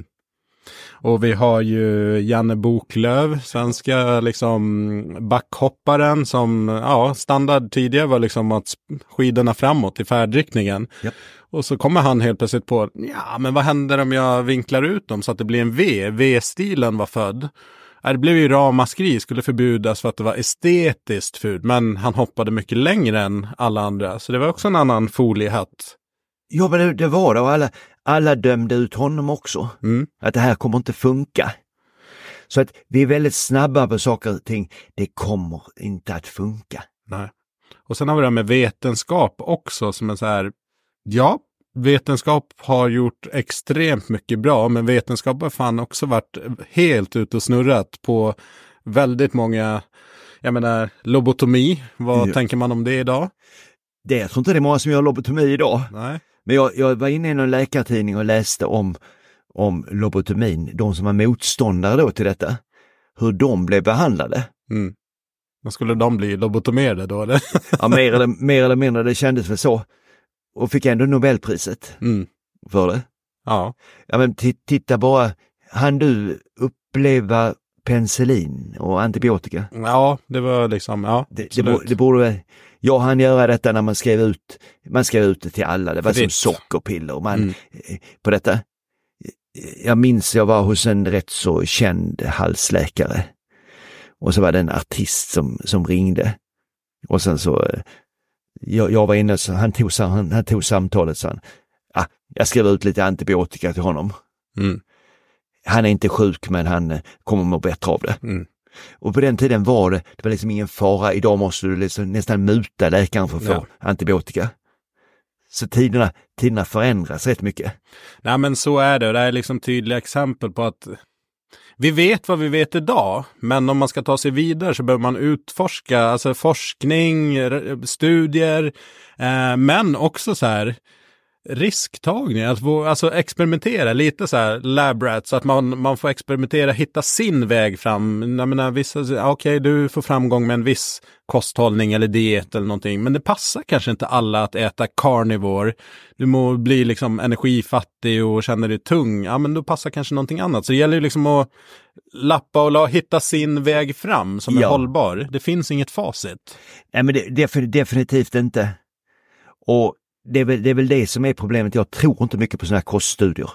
Och vi har ju Janne Boklöv, svenska liksom backhopparen, som standard tidigare var liksom att skidorna framåt i färdriktningen. Yep. Och så kommer han helt plötsligt på, men vad händer om jag vinklar ut dem så att det blir en V? V-stilen var född. Det blev ju ramaskri, skulle förbjudas för att det var estetiskt fult, men han hoppade mycket längre än alla andra. Så det var också en annan foliehatt. Ja, men det var det, och alla dömde ut honom också. Att det här kommer inte funka. Så att vi är väldigt snabba på saker och ting. Det kommer inte att funka. Nej. Och sen har vi det med vetenskap också, som är så här, vetenskap har gjort extremt mycket bra, men vetenskap har fan också varit helt ute och snurrat på väldigt många, jag menar, lobotomi. Vad tänker man om det idag? Jag tror inte det är många som gör lobotomi idag. Nej. Men jag var inne i någon läkartidning och läste om lobotomin, de som var motståndare då till detta, hur de blev behandlade. Mm. Men skulle de bli lobotomerade då eller? Ja, mer eller mindre, det kändes väl så. Och fick ändå Nobelpriset för det. Ja. Ja, men titta bara, hann du uppleva penicillin och antibiotika? Ja, det var liksom, ja. Det borde, jag hann göra detta när man skrev ut det till alla, det var som sockerpiller. På detta, jag minns jag var hos en rätt så känd halsläkare. Och så var det en artist som ringde. Och sen så, jag var inne så han tog samtalet så jag skrev ut lite antibiotika till honom. Mm. Han är inte sjuk men han kommer må bättre av det. Mm. Och på den tiden var det var liksom ingen fara. Idag måste du liksom nästan muta läkaren för att få antibiotika. Så tiderna förändras rätt mycket. Nej, men så är det. Och det är liksom tydliga exempel på att vi vet vad vi vet idag, men om man ska ta sig vidare så behöver man utforska, alltså forskning, studier, men också så här risktagning, alltså experimentera lite så här lab rat, så att man får experimentera, hitta sin väg fram. Jag menar, vissa, okej, du får framgång med en viss kosthållning eller diet eller någonting, men det passar kanske inte alla att äta carnivore. Du må bli liksom energifattig och känner dig tung, ja men då passar kanske någonting annat. Så det gäller ju liksom att lappa och hitta sin väg fram som är hållbar. Det finns inget facit. Nej, men det definitivt inte. Och det är väl det som är problemet. Jag tror inte mycket på sådana här koststudier.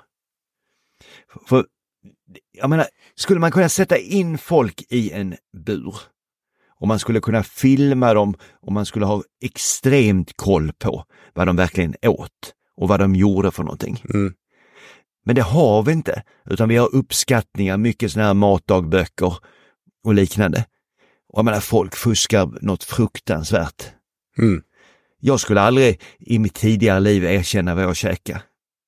För jag menar, skulle man kunna sätta in folk i en bur och man skulle kunna filma dem och man skulle ha extremt koll på vad de verkligen åt och vad de gjorde för någonting. Mm. Men det har vi inte, utan vi har uppskattningar, mycket sådana här matdagböcker och liknande. Och jag menar, folk fuskar något fruktansvärt. Mm. Jag skulle aldrig i mitt tidigare liv erkänna vad jag käkar.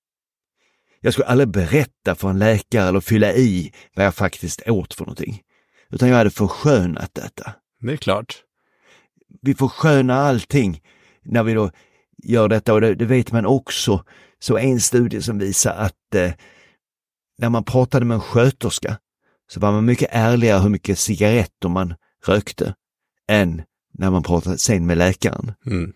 Jag skulle aldrig berätta för en läkare eller fylla i vad jag faktiskt åt för någonting. Utan jag hade förskönat detta. Det är klart. Vi förskönar allting när vi då gör detta, och det vet man också. Så en studie som visar att när man pratade med en sköterska så var man mycket ärligare hur mycket cigaretter man rökte än när man pratade sen med läkaren. Mm.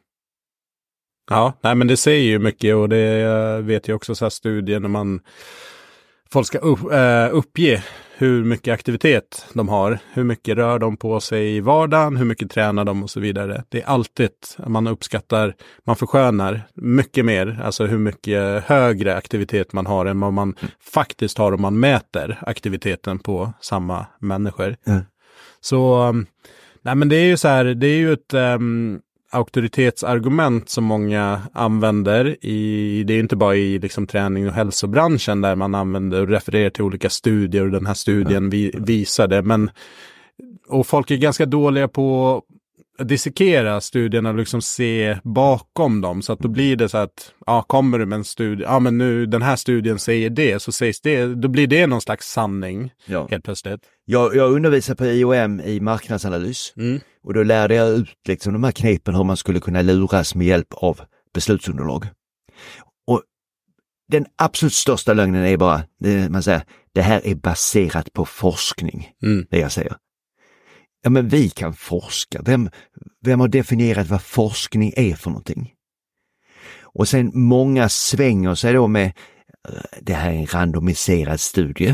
Ja, nej, men det säger ju mycket, och det vet jag också så här studier när folk ska uppge hur mycket aktivitet de har, hur mycket rör de på sig i vardagen, hur mycket tränar de och så vidare. Det är alltid, man uppskattar, man förskönar mycket mer, alltså hur mycket högre aktivitet man har än vad man faktiskt har om man mäter aktiviteten på samma människor. Mm. Så, nej, men det är ju så här, det är ju ett auktoritetsargument som många använder det är inte bara i liksom träning- och hälsobranschen där man använder och refererar till olika studier, och den här studien visar det, och folk är ganska dåliga på att dissekera studierna och liksom se bakom dem, så att då blir det så att kommer du med en studie, men nu den här studien säger det, så sägs det, då blir det någon slags sanning helt plötsligt. Jag undervisar på IOM i marknadsanalys. Och då lärde jag ut liksom de här knepen hur man skulle kunna luras med hjälp av beslutsunderlag. Och den absolut största lögnen är bara, man säger, det här är baserat på forskning. Det jag säger. Ja, men vi kan forska. Vem har definierat vad forskning är för någonting? Och sen många svänger sig då med, det här är en randomiserad studie.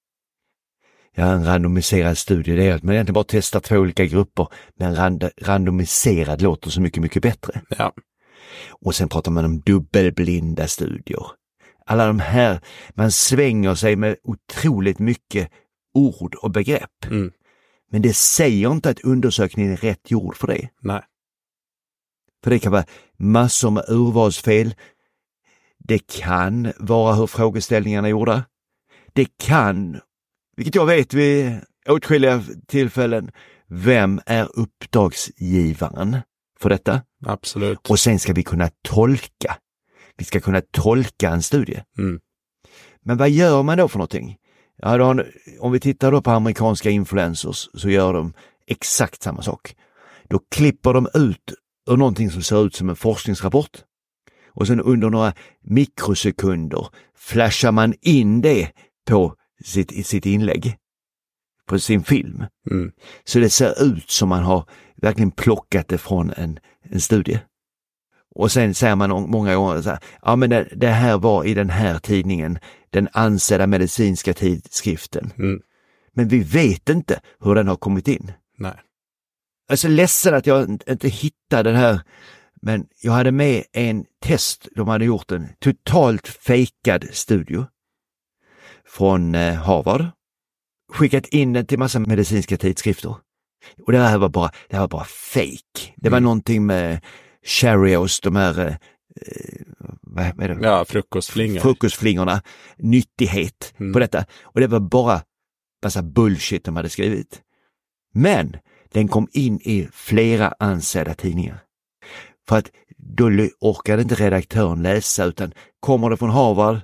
Ja, en randomiserad studie, det är att man egentligen bara testar 2 olika grupper, men randomiserad låter så mycket, mycket bättre. Ja. Och sen pratar man om dubbelblinda studier. Alla de här, man svänger sig med otroligt mycket ord och begrepp. Men det säger inte att undersökningen är rätt gjord för det. Nej. För det kan vara massor med urvalsfel. Det kan vara hur frågeställningarna är gjorda. Det kan, vilket jag vet vid åtskilliga tillfällen, vem är uppdragsgivaren för detta? Absolut. Och sen ska vi kunna tolka. Vi ska kunna tolka en studie. Men vad gör man då för någonting? Ja, om vi tittar då på amerikanska influencers så gör de exakt samma sak. Då klipper de ut ur någonting som ser ut som en forskningsrapport. Och sen under några mikrosekunder flashar man in det på sitt inlägg, på sin film. Mm. Så det ser ut som man har verkligen plockat det från en studie. Och sen säger man många gånger så här, ja men det här var i den här tidningen, den ansedda medicinska tidskriften. Mm. Men vi vet inte hur den har kommit in. Nej. Jag är så ledsen att jag inte hittade den här, men jag hade med en test. De hade gjort en totalt fejkad studie från Harvard. Skickat in den till massa medicinska tidskrifter. Och det här var bara fake. Det var någonting med Cheerios, de här vad är det? Ja, frukostflingorna. Nyttighet på detta. Och det var bara massa bullshit de hade skrivit. Men den kom in i flera ansedda tidningar. För att då orkade inte redaktören läsa, utan kommer det från Harvard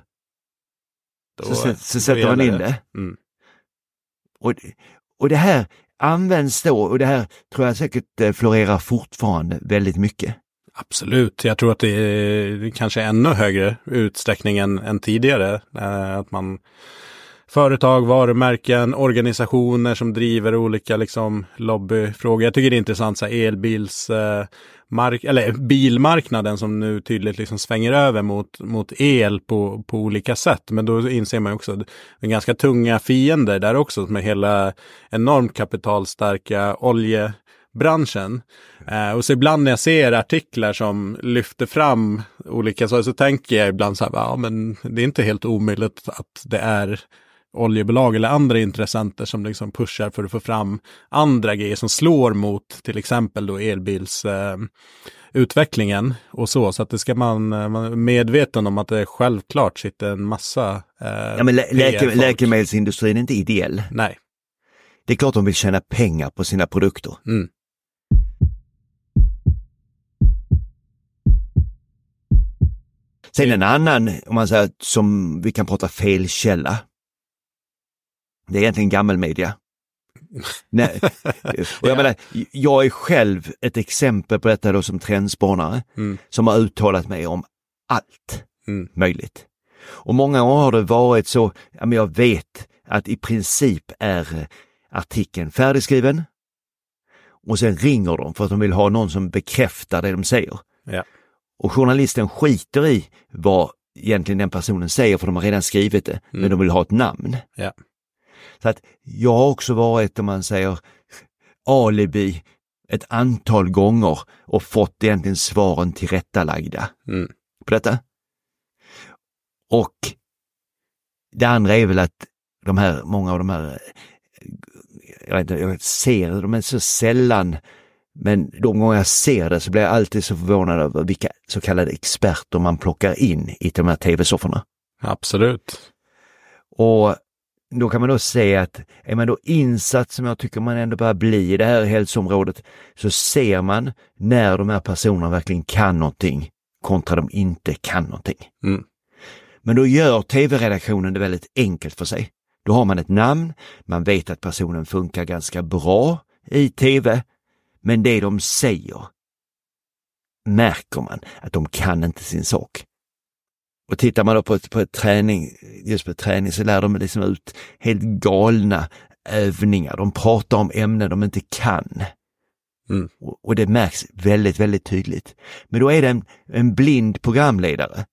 så sätter man in det. Mm. Och det här används då, och det här tror jag säkert florerar fortfarande väldigt mycket. Absolut, jag tror att det är kanske ännu högre utsträckning än tidigare. Att man företag, varumärken, organisationer som driver olika liksom lobbyfrågor. Jag tycker det är intressant så här, bilmarknaden som nu tydligt liksom svänger över mot el på olika sätt. Men då inser man också att det är ganska tunga fiender där också med hela enormt kapitalstarka oljebranschen. Och så ibland när jag ser artiklar som lyfter fram olika så tänker jag ibland så här, ja men det är inte helt omöjligt att det är oljebolag eller andra intressenter som liksom pushar för att få fram andra grejer som slår mot till exempel då elbilsutvecklingen och så att det ska man är medveten om att det självklart sitter en massa ja, men läkemedelsindustrin är inte ideell. Nej. Det är klart de vill tjäna pengar på sina produkter. Mm. Sen en annan, om man säger som vi kan prata fel källa. Det är egentligen gammelmedia. Nej. Och jag menar, jag är själv ett exempel på detta då som trendspanare som har uttalat mig om allt möjligt. Och många gånger har det varit så, ja, men jag vet att i princip är artikeln färdigskriven och sen ringer de för att de vill ha någon som bekräftar det de säger. Ja. Och journalisten skiter i vad egentligen den personen säger för de har redan skrivit det, men de vill ha ett namn. Ja. Så att jag har också varit, om man säger, alibi ett antal gånger och fått egentligen svaren tillrättalagda på detta. Och det andra är väl att många av de här, jag ser de är så sällan, men de gånger jag ser det så blir jag alltid så förvånad över vilka så kallade experter man plockar in i de här tv-sofforna. Absolut. Och då kan man då säga att är man då insatt, som jag tycker man ändå börjar bli i det här hälsoområdet, så ser man när de här personerna verkligen kan någonting kontra de inte kan någonting. Men då gör tv-redaktionen det väldigt enkelt för sig. Då har man ett namn, man vet att personen funkar ganska bra i tv, men det de säger märker man att de kan inte sin sak. Och tittar man då på ett träning, just på träning, så lär de liksom ut helt galna övningar. De pratar om ämnen de inte kan. Och det märks väldigt, väldigt tydligt. Men då är det en blind programledare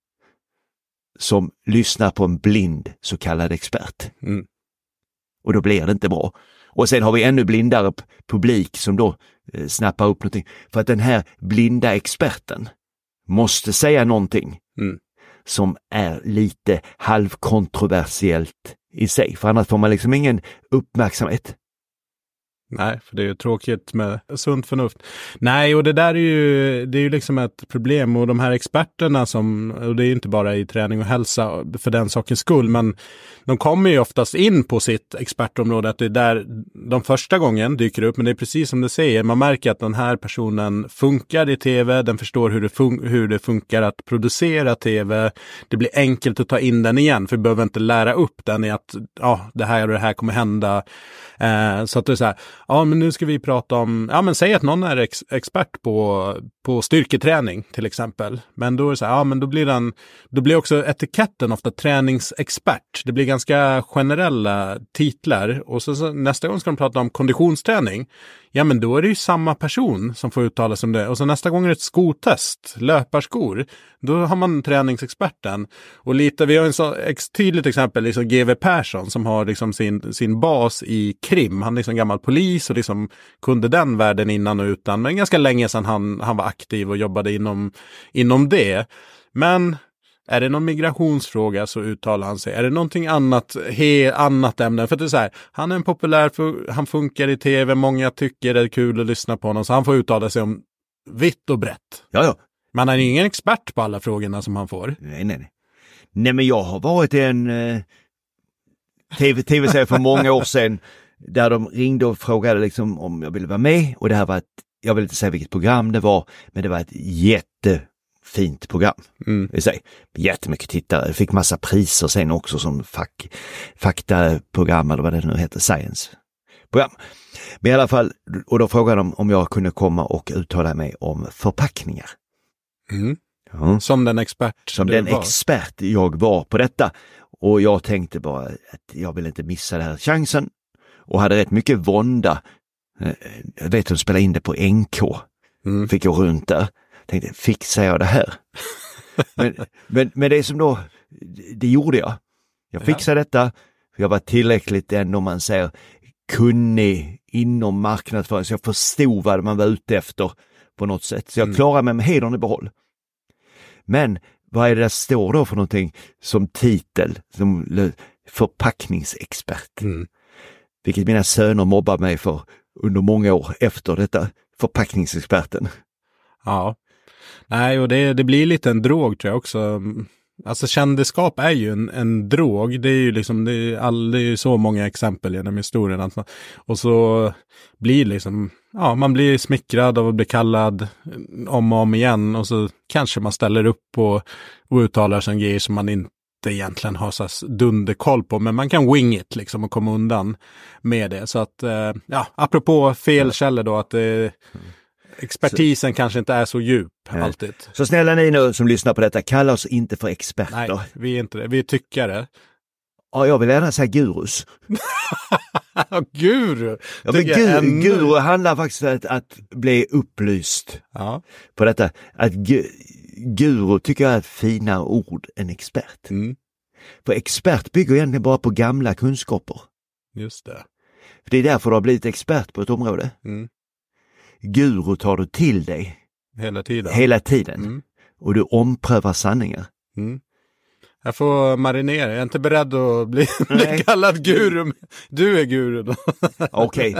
som lyssnar på en blind så kallad expert. Och då blir det inte bra. Och sen har vi ännu blindare publik som då snappar upp någonting. För att den här blinda experten måste säga någonting som är lite halvkontroversiellt i sig. För annars får man liksom ingen uppmärksamhet. Nej, för det är ju tråkigt med sunt förnuft. Nej, och det där är ju liksom ett problem. Och de här experterna och det är ju inte bara i träning och hälsa för den sakens skull, men de kommer ju oftast in på sitt expertområde, att det är där de första gången dyker upp. Men det är precis som du säger, man märker att den här personen funkar i tv, den förstår hur det funkar att producera tv. Det blir enkelt att ta in den igen, för vi behöver inte lära upp den i att det här och det här kommer hända. Så att det är så här, ja men nu ska vi prata om, ja men säg att någon är expert på styrketräning till exempel. Men då är det så här, ja men då blir också etiketten ofta träningsexpert. Det blir ganska generella titlar. Och så nästa gång ska de prata om konditionsträning. Ja men då är det ju samma person som får uttala sig om det. Och så nästa gång är det ett skotest, löparskor. Då har man träningsexperten. Och lite, vi har en så tydligt exempel, liksom GW Persson som har liksom sin bas i krim. Han är liksom gammal polis och liksom kunde den världen innan och utan. Men ganska länge sedan han var aktiv och jobbade inom det. Men är det någon migrationsfråga så uttalar han sig. Är det någonting annat ämne? För det är så här, han är en populär, han funkar i tv, många tycker det är kul att lyssna på honom. Så han får uttala sig om vitt och brett. Ja. Men han är ingen expert på alla frågorna som han får. Nej, men jag har varit en tv-serie för många år sedan där de ringde och frågade liksom om jag ville vara med. Och det här var jag vill inte säga vilket program det var, men det var ett jättefint program. Jättemycket tittare. Jag fick massa priser sen också som faktaprogram eller vad det nu heter, science-program. Men i alla fall, och då frågade de om jag kunde komma och uttala mig om förpackningar. Ja. Som den expert expert jag var på detta. Och jag tänkte bara att jag vill inte missa den här chansen. Och hade rätt mycket vånda. Jag vet att de spelade in det på NK. Fick jag runt där. Tänkte, fixar jag det här? men det som då, det gjorde jag. Jag fixade detta. Jag var tillräckligt ändå, man säger, kunnig inom marknadsföring. Så jag förstod vad man var ute efter på något sätt. Så jag klarade mig med hedern i behåll. Men vad är det där står då för någonting som titel? Som förpackningsexpert. Vilket mina söner mobbar mig för under många år efter detta. Förpackningsexperten. Ja. Nej, och det blir lite en drog tror jag också. Alltså kändisskap är ju en drog. Det är ju liksom, det är ju så många exempel genom historien. Alltså. Och så blir liksom, ja, man blir smickrad av att bli kallad om och om igen. Och så kanske man ställer upp och uttalar sig grejer som man inte egentligen har så dunderkoll på. Men man kan wing it liksom och komma undan med det. Så att, ja, apropå fel källor då, att expertisen kanske inte är så djup alltid. Så snälla ni nu som lyssnar på detta, kalla oss inte för experter. Nej, vi är inte det. Vi är tyckare. Ja, jag vill gärna säga gurus. Guru? Ja, men guru handlar faktiskt om att bli upplyst på detta. Att guru tycker jag är ett finare ord än expert. För expert bygger egentligen bara på gamla kunskaper. Just det. För det är därför du har blivit expert på ett område. Guru tar du till dig hela tiden. Och du omprövar sanningar. Jag får marinera. Jag är inte beredd att bli kallad guru. Du är guru då. Okej.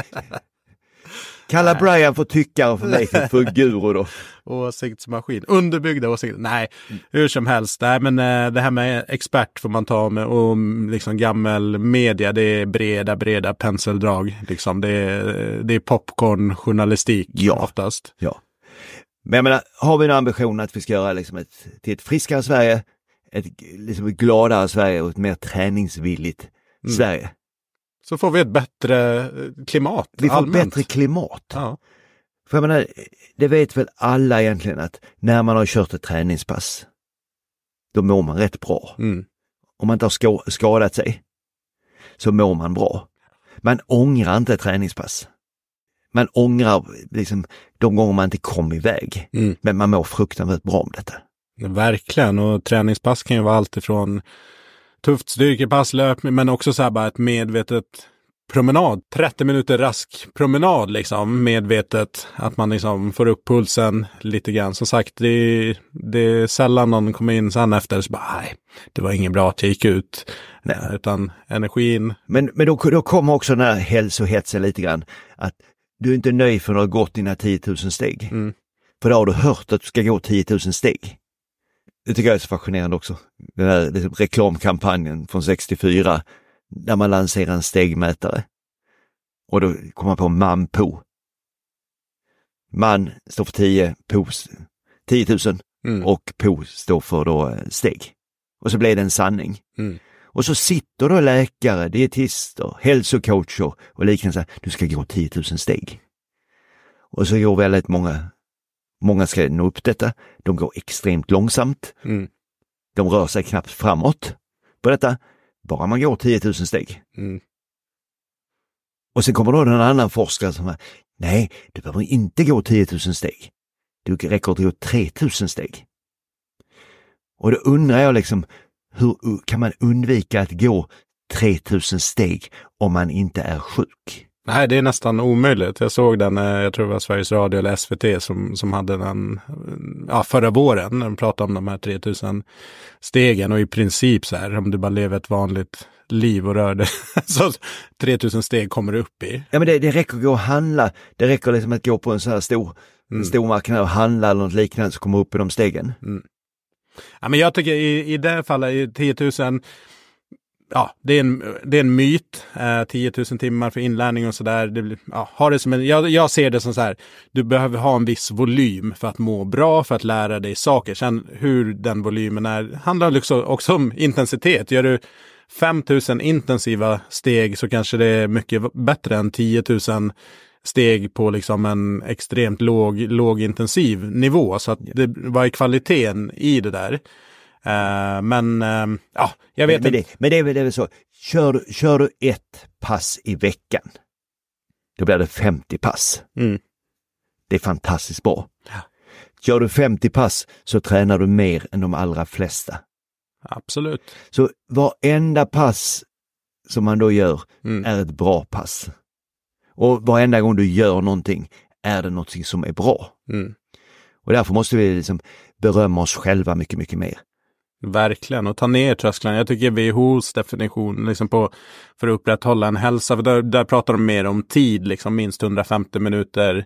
Kalla Brian för tyckare för mig för guru då. Åsiktsmaskin. Underbyggda åsikter. Nej, hur som helst. Nej, men det här med expert får man ta med. Och liksom gammal media, det är breda penseldrag. Liksom. Det är popcornjournalistik oftast. Ja. Men jag menar, har vi en ambition att vi ska göra liksom till ett friskare Sverige, ett gladare Sverige och ett mer träningsvilligt Sverige. Så får vi ett bättre klimat. Vi får ett bättre klimat. Ja. För jag menar, det vet väl alla egentligen att när man har kört ett träningspass, då mår man rätt bra. Om man inte har skadat sig så mår man bra. Man ångrar inte ett träningspass. Man ångrar liksom de gånger man inte kom iväg. Men man mår fruktansvärt bra om detta. Verkligen, och träningspass kan ju vara allt ifrån tufft styrkepass, löpning, men också så här bara ett medvetet promenad. 30 minuter rask promenad liksom, medvetet. Att man liksom får upp pulsen lite grann. Som sagt, det är sällan någon kommer in sen efter så bara, nej, det var inget bra att jag gick ut. Nej, utan energin. Men då kommer också den här hälsohetsen lite grann. Att du är inte nöjd för att du har gått dina 10 000 steg. För då har du hört att du ska gå 10 000 steg. Det tycker jag är så fascinerande också. Den här reklamkampanjen från 64 där man lanserar en stegmätare. Och då kommer man på man-po. Man står för 10 000 och po står för då steg. Och så blir det en sanning. Och så sitter då läkare, dietister, hälsocoacher och liknande. Du ska gå 10 000 steg. Och så går väldigt många ska nå upp detta. De går extremt långsamt. Mm. De rör sig knappt framåt på detta. Bara man går 10 000 steg. Mm. Och sen kommer då en annan forskare som säger, nej, du behöver inte gå 10 000 steg. Du räcker att gå 3 000 steg. Och då undrar jag liksom, hur kan man undvika att gå 3 000 steg om man inte är sjuk? Nej, det är nästan omöjligt. Jag såg den, jag tror det var Sveriges Radio eller SVT som hade den förra våren när de pratade om de här 3000 stegen och i princip så här, om du bara lever ett vanligt liv och rör dig så 3000 steg kommer du upp i. Ja, men det räcker att gå och handla. Det räcker liksom att gå på en sån här stor marknad och handla eller något liknande så kommer upp i de stegen. Mm. Ja, men jag tycker i det fallet i 10 000, ja, det är en myt. 10 000 timmar för inlärning och sådär. Jag ser det som så här, du behöver ha en viss volym för att må bra, för att lära dig saker. Sen hur den volymen är, handlar liksom också om intensitet. Gör du 5 000 intensiva steg så kanske det är mycket bättre än 10 000 steg på liksom en extremt lågintensiv nivå. Så att det var i kvaliteten i det där. Jag vet inte. Men det är väl så. Kör du ett pass i veckan, då blir det 50 pass. Mm. Det är fantastiskt bra. Ja. Kör du 50 pass så tränar du mer än de allra flesta. Absolut. Så varenda pass som man då gör är ett bra pass. Och varenda gång du gör någonting är det någonting som är bra. Mm. Och därför måste vi liksom berömma oss själva mycket, mycket mer. Verkligen, och ta ner trösklarna. Jag tycker WHO:s definition liksom för att upprätthålla en hälsa, för där pratar de mer om tid, liksom minst 150 minuter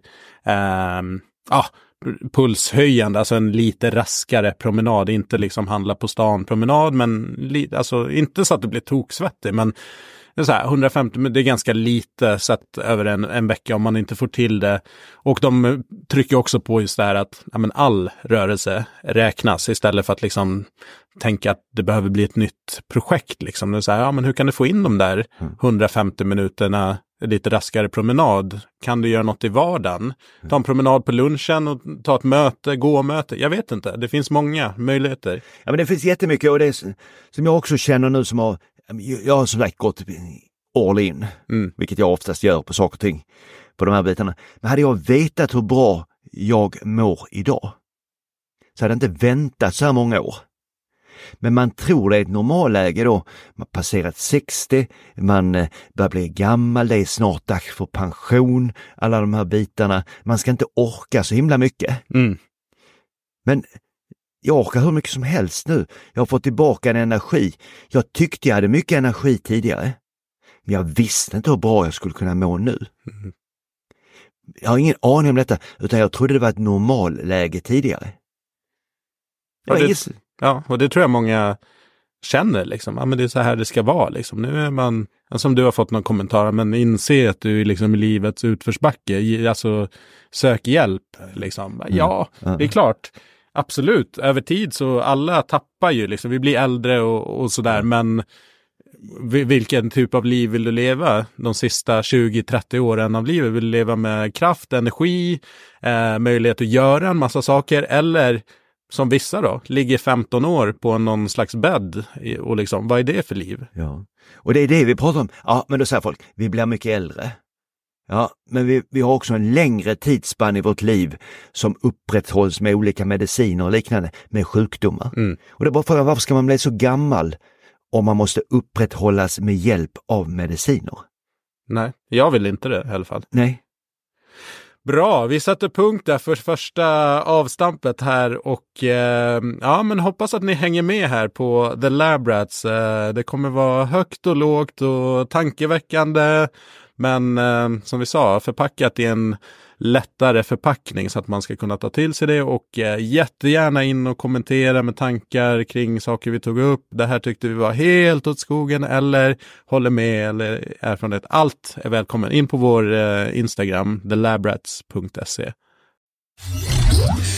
pulshöjande, alltså en lite raskare promenad, inte liksom handla på stan promenad, men alltså inte så att det blir toksvettig, men det är så här, 150, det är ganska lite sett över en vecka om man inte får till det. Och de trycker också på just det här att all rörelse räknas istället för att liksom tänka att det behöver bli ett nytt projekt. Liksom. Det är så här, men hur kan du få in de där 150 minuterna lite raskare promenad? Kan du göra något i vardagen? Ta en promenad på lunchen och ta ett möte, gå-möte. Jag vet inte, det finns många möjligheter. Ja, men det finns jättemycket, och det är, som jag också känner nu jag har som sagt gått all in, vilket jag oftast gör på saker och ting på de här bitarna. Men hade jag vetat hur bra jag mår idag så hade jag inte väntat så här många år. Men man tror det är ett normalläge då. Man har passerat 60, man börjar bli gammal, det är snart dags för pension, alla de här bitarna. Man ska inte orka så himla mycket. Men jag orkar hur mycket som helst nu. Jag har fått tillbaka en energi. Jag tyckte jag hade mycket energi tidigare. Men jag visste inte hur bra jag skulle kunna må nu. Jag har ingen aning om detta, utan jag trodde det var ett normalläge tidigare. Och det tror jag många känner liksom. Ja, men det är så här det ska vara liksom. Nu är man, som du har fått någon kommentar, men inse att du är liksom i livets utförsbacke. Alltså sök hjälp liksom. Ja, det är klart. Absolut, över tid så alla tappar ju liksom, vi blir äldre och sådär, men vilken typ av liv vill du leva de sista 20-30 åren av livet? Vill du leva med kraft, energi, möjlighet att göra en massa saker, eller som vissa då, ligger 15 år på någon slags bädd och liksom, vad är det för liv? Ja, och det är det vi pratar om. Ja, men då säger folk, vi blir mycket äldre. Ja, men vi har också en längre tidsspann i vårt liv som upprätthålls med olika mediciner och liknande, med sjukdomar. Och det är bara frågan, varför ska man bli så gammal om man måste upprätthållas med hjälp av mediciner? Nej, jag vill inte det i alla fall. Nej. Bra, vi sätter punkt där för första avstampet här och men hoppas att ni hänger med här på The Lab Rats. Det kommer vara högt och lågt och tankeväckande, men som vi sa, förpackat i en lättare förpackning så att man ska kunna ta till sig det, och jättegärna in och kommentera med tankar kring saker vi tog upp. Det här tyckte vi var helt åt skogen, eller håller med, eller erfarenhet. Allt är välkommen in på vår Instagram, thelabrats.se.